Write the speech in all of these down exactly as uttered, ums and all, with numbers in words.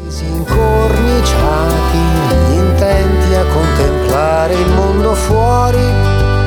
Incorniciati, intenti a contemplare il mondo fuori.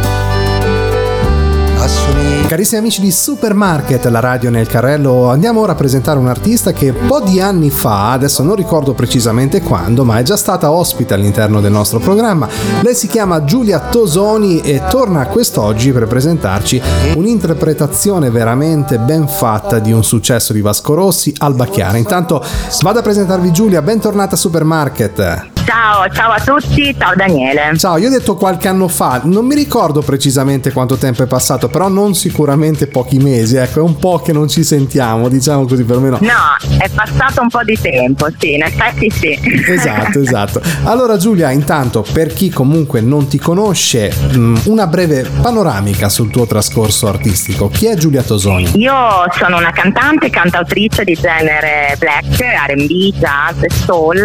Carissimi amici di Supermarket, la radio nel carrello, andiamo ora a presentare un artista che un po' di anni fa, adesso non ricordo precisamente quando, ma è già stata ospite all'interno del nostro programma. Lei si chiama Giulia Tosoni e torna quest'oggi per presentarci un'interpretazione veramente ben fatta di un successo di Vasco Rossi, Alba Chiara. Intanto vado a presentarvi Giulia, bentornata a Supermarket. Ciao, ciao a tutti, ciao Daniele. Ciao, io ho detto qualche anno fa, non mi ricordo precisamente quanto tempo è passato, però non sicuramente pochi mesi, ecco, è un po' che non ci sentiamo, diciamo così perlomeno. No, è passato un po' di tempo, sì, in effetti sì. Esatto, esatto. Allora Giulia, intanto, per chi comunque non ti conosce, una breve panoramica sul tuo trascorso artistico. Chi è Giulia Tosoni? Io sono una cantante, cantautrice di genere black, R and B, jazz e soul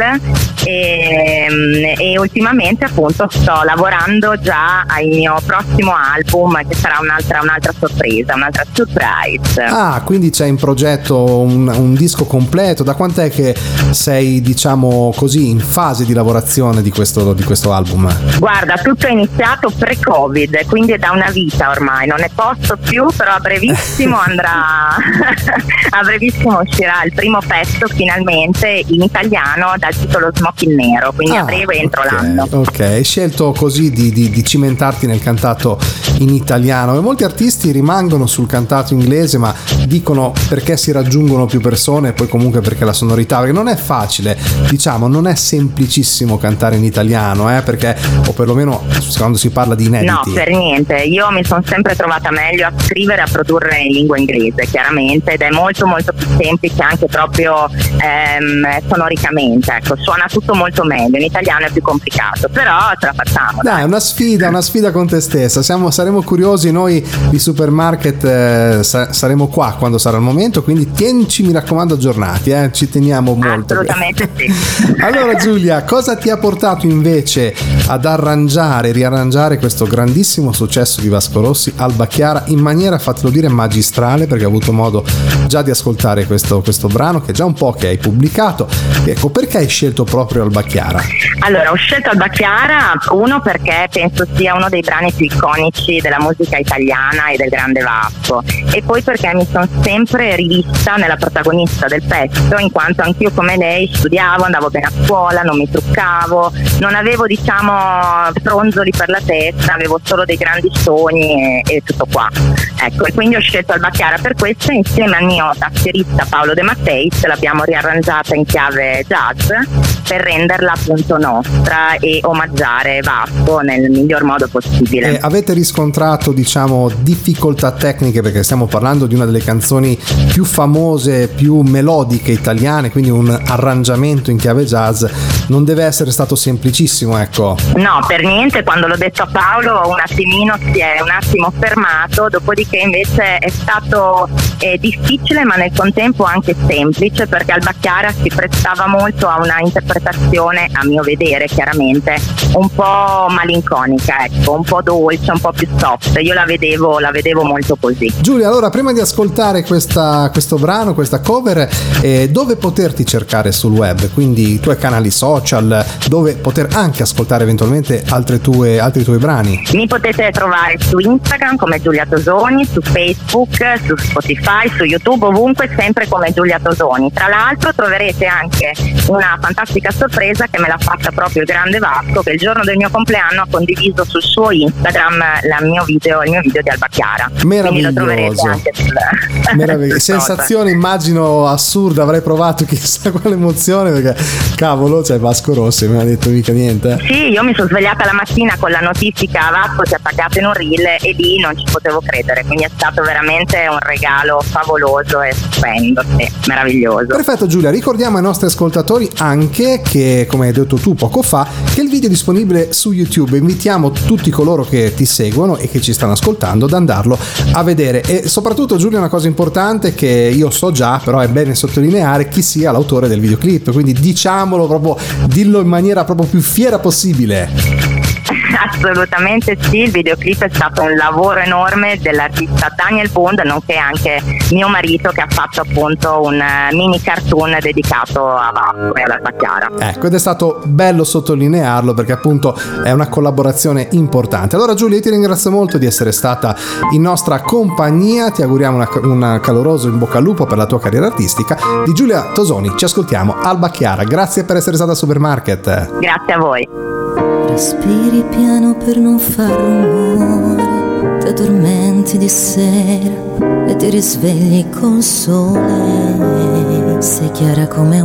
e e ultimamente appunto sto lavorando già al mio prossimo album, che sarà un'altra, un'altra sorpresa, un'altra surprise. Ah, quindi c'è in progetto un, un disco completo. Da quant'è che sei, diciamo così, in fase di lavorazione di questo, di questo album? Guarda, tutto è iniziato pre-Covid, quindi è da una vita ormai, non ne posso più, però a brevissimo andrà a brevissimo uscirà il primo pezzo finalmente in italiano dal titolo Smoking Nero, quindi ah, a breve entro okay, l'anno. Ok, hai scelto così di, di, di cimentarti nel cantato in italiano, e molti artisti rimangono sul cantato inglese, ma dicono perché si raggiungono più persone e poi comunque perché la sonorità, perché non è facile, diciamo, non è semplicissimo cantare in italiano, eh, perché, o perlomeno quando si parla di inediti. No, per niente, io mi sono sempre trovata meglio a scrivere e a produrre in lingua inglese, chiaramente, ed è molto molto più semplice anche proprio ehm, sonoricamente, ecco, suona tutto molto meglio. In italiano è più complicato, però ce la facciamo. Dai, è una sfida, una sfida con te stessa. Siamo, saremo curiosi noi di Supermarket, eh, sa- saremo qua quando sarà il momento, quindi tienci, mi raccomando, aggiornati, eh? Ci teniamo molto. Assolutamente sì. Allora Giulia, cosa ti ha portato invece ad arrangiare, riarrangiare questo grandissimo successo di Vasco Rossi, Alba Chiara, in maniera, fatelo dire, magistrale, perché ho avuto modo già di ascoltare questo, questo brano, che è già un po' che hai pubblicato. Ecco, perché hai scelto proprio Alba Chiara? Allora, ho scelto Alba Chiara, uno perché penso sia uno dei brani più iconici della musica italiana e del grande Vasco, e poi perché mi sono sempre rivista nella protagonista del pezzo, in quanto anch'io come lei studiavo, andavo bene a scuola, non mi truccavo, non avevo, diciamo, fronzoli per la testa, avevo solo dei grandi sogni e, e tutto qua. Ecco, e quindi ho scelto Alba Chiara per questo, insieme al mio tastierista Paolo De Matteis l'abbiamo riarrangiata in chiave jazz per renderla appunto nostra e omaggiare Vasco nel miglior modo possibile. Eh, avete riscontrato, diciamo, difficoltà tecniche, perché stiamo parlando di una delle canzoni più famose, più melodiche italiane, quindi un arrangiamento in chiave jazz non deve essere stato semplicissimo, ecco. No, per niente. Quando l'ho detto a Paolo un attimino si è un attimo fermato, dopodiché invece è stato eh, difficile ma nel contempo anche semplice, perché Alba Chiara si prestava molto a una interpretazione, a mio vedere chiaramente, un po' malinconica, ecco, un po' dolce, un po' più soft. Io la vedevo, la vedevo molto così. Giulia, allora prima di ascoltare questa, questo brano, questa cover, eh, dove poterti cercare sul web, quindi i tuoi canali social, dove poter anche ascoltare eventualmente altre tue, altri tuoi brani? Mi potete trovare su Instagram come Giulia Tosoni, su Facebook, su Spotify, su YouTube, ovunque sempre come Giulia Tosoni. Tra l'altro troverete anche una fantastica sorpresa che me l'ha fatta proprio il grande Vasco, che il giorno del mio compleanno ha condiviso sul suo Instagram la mio video, il mio video di Alba Chiara. Meraviglioso. Quindi lo troverete anche sul... Meraviglioso. Sensazione, immagino, assurda, avrei provato chissà quale emozione, perché cavolo, c'è Vasco Rossi, mi ha detto mica niente. Sì, io mi sono svegliata la mattina con la notifica Vasco si è attaccato in un reel e lì non ci potevo credere, quindi è stato veramente un regalo favoloso e stupendo, sì, meraviglioso. Perfetto Giulia, ricordiamo ai nostri ascoltatori anche che, come hai detto tu poco fa, che il video è disponibile su YouTube. Invitiamo tutti coloro che ti seguono e che ci stanno ascoltando ad andarlo a vedere, e soprattutto Giulia, una cosa importante che io so già, però è bene sottolineare chi sia l'autore del videoclip, quindi diciamolo proprio, dillo in maniera proprio più fiera possibile. Assolutamente sì, il videoclip è stato un lavoro enorme dell'artista Daniel Bund, nonché anche mio marito, che ha fatto appunto un mini cartoon dedicato a Vasco e alla Chiara. Ecco, ed è stato bello sottolinearlo perché appunto è una collaborazione importante. Allora Giulia, io ti ringrazio molto di essere stata in nostra compagnia, ti auguriamo una, un caloroso in bocca al lupo per la tua carriera artistica. Di Giulia Tosoni ci ascoltiamo Alba Chiara, grazie per essere stata a Supermarket. Grazie a voi. Respiri piano per non far rumore, ti addormenti di sera e ti risvegli col sole. Sei chiara come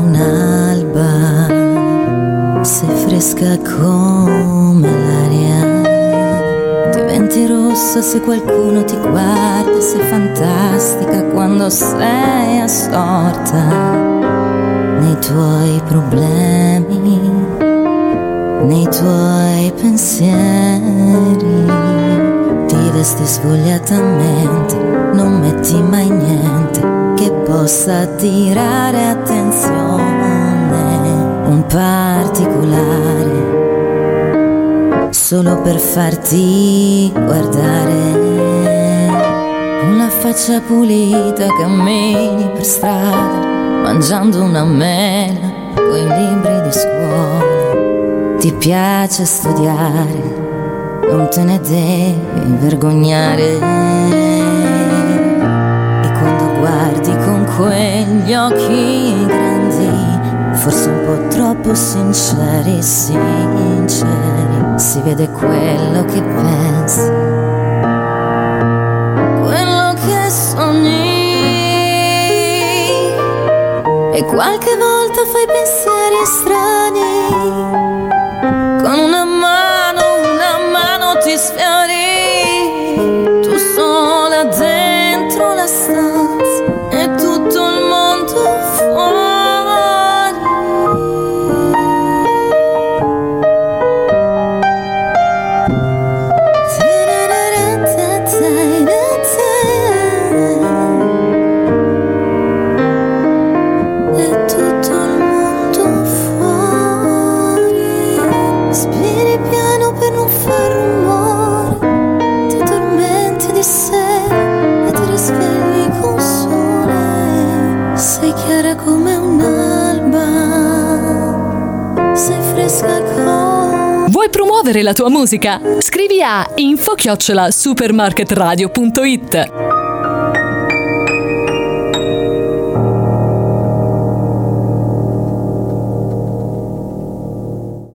un'alba, sei fresca come l'aria, diventi rossa se qualcuno ti guarda, sei fantastica quando sei assorta nei tuoi problemi, nei tuoi pensieri. Ti vesti svogliatamente, non metti mai niente che possa attirare attenzione, un particolare solo per farti guardare. Una faccia pulita, cammini per strada mangiando una mela coi libri di scuola. Ti piace studiare, non te ne devi vergognare. E quando guardi con quegli occhi grandi, forse un po' troppo sinceri, sinceri, si vede quello che pensi, quello che sogni. E qualche volta fai pensieri strani, con una mano, una mano ti sfiori, tu sola dentro la stanza e tutto il mondo fuori. E tutto il mondo fuori. Respiri piano per non far rumore, ti addormenti di sera e ti risvegli con sole. Sei chiara come un'alba, sei fresca come... Vuoi promuovere la tua musica? Scrivi a info chiocciola supermarketradio punto it.